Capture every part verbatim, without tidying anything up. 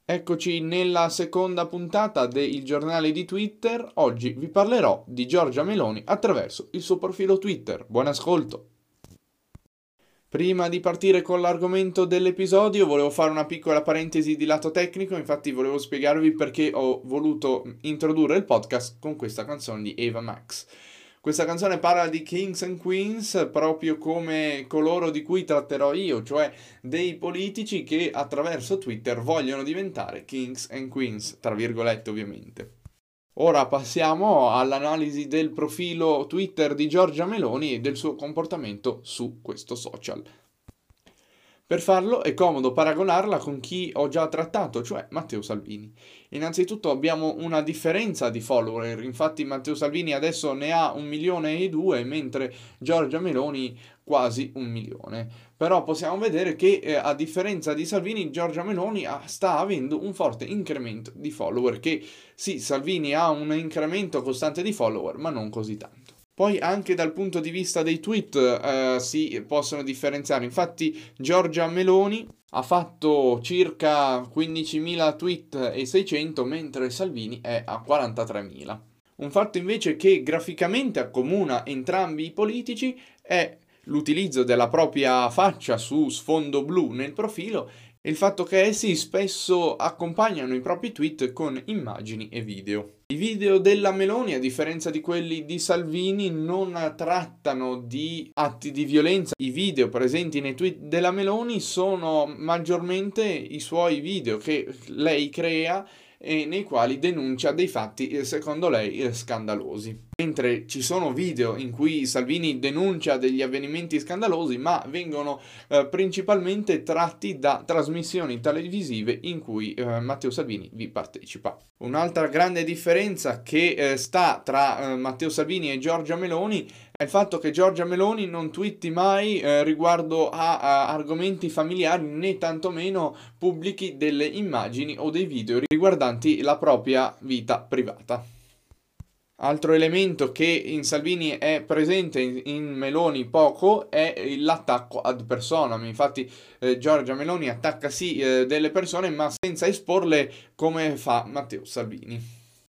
Eccoci nella seconda puntata del giornale di Twitter. Oggi vi parlerò di Giorgia Meloni attraverso il suo profilo Twitter. Buon ascolto! Prima di partire con l'argomento dell'episodio volevo fare una piccola parentesi di lato tecnico, infatti volevo spiegarvi perché ho voluto introdurre il podcast con questa canzone di Ava Max. Questa canzone parla di Kings and Queens proprio come coloro di cui tratterò io, cioè dei politici che attraverso Twitter vogliono diventare Kings and Queens, tra virgolette ovviamente. Ora passiamo all'analisi del profilo Twitter di Giorgia Meloni e del suo comportamento su questo social. Per farlo è comodo paragonarla con chi ho già trattato, cioè Matteo Salvini. Innanzitutto abbiamo una differenza di follower, infatti Matteo Salvini adesso ne ha un milione e due, mentre Giorgia Meloni quasi un milione. Però possiamo vedere che eh, a differenza di Salvini, Giorgia Meloni ha, sta avendo un forte incremento di follower, che sì, Salvini ha un incremento costante di follower, ma non così tanto. Poi anche dal punto di vista dei tweet eh, si possono differenziare, infatti Giorgia Meloni ha fatto circa quindicimila tweet e seicento, mentre Salvini è a quarantatremila. Un fatto invece che graficamente accomuna entrambi i politici è l'utilizzo della propria faccia su sfondo blu nel profilo e il fatto che essi spesso accompagnano i propri tweet con immagini e video. I video della Meloni, a differenza di quelli di Salvini, non trattano di atti di violenza. I video presenti nei tweet della Meloni sono maggiormente i suoi video che lei crea e nei quali denuncia dei fatti, secondo lei, scandalosi. Mentre ci sono video in cui Salvini denuncia degli avvenimenti scandalosi, ma vengono eh, principalmente tratti da trasmissioni televisive in cui eh, Matteo Salvini vi partecipa. Un'altra grande differenza che eh, sta tra eh, Matteo Salvini e Giorgia Meloni è il fatto che Giorgia Meloni non twitti mai eh, riguardo a, a argomenti familiari, né tantomeno pubblichi delle immagini o dei video riguardanti la propria vita privata. Altro elemento che in Salvini è presente, in Meloni poco, è l'attacco ad personam. Infatti eh, Giorgia Meloni attacca sì eh, delle persone, ma senza esporle come fa Matteo Salvini.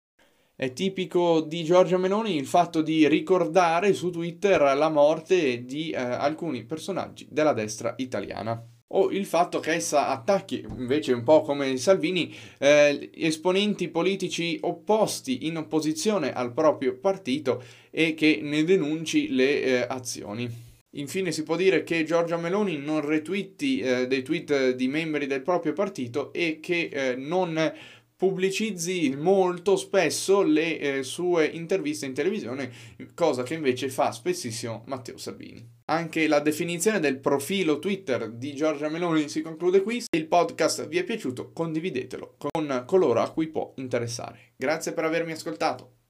È tipico di Giorgia Meloni il fatto di ricordare su Twitter la morte di eh, alcuni personaggi della destra italiana. O il fatto che essa attacchi, invece un po' come Salvini, eh, esponenti politici opposti in opposizione al proprio partito e che ne denunci le eh, azioni. Infine si può dire che Giorgia Meloni non retweeti eh, dei tweet di membri del proprio partito e che eh, non pubblicizzi molto spesso le eh, sue interviste in televisione, cosa che invece fa spessissimo Matteo Salvini. Anche la definizione del profilo Twitter di Giorgia Meloni si conclude qui. Se il podcast vi è piaciuto, condividetelo con coloro a cui può interessare. Grazie per avermi ascoltato.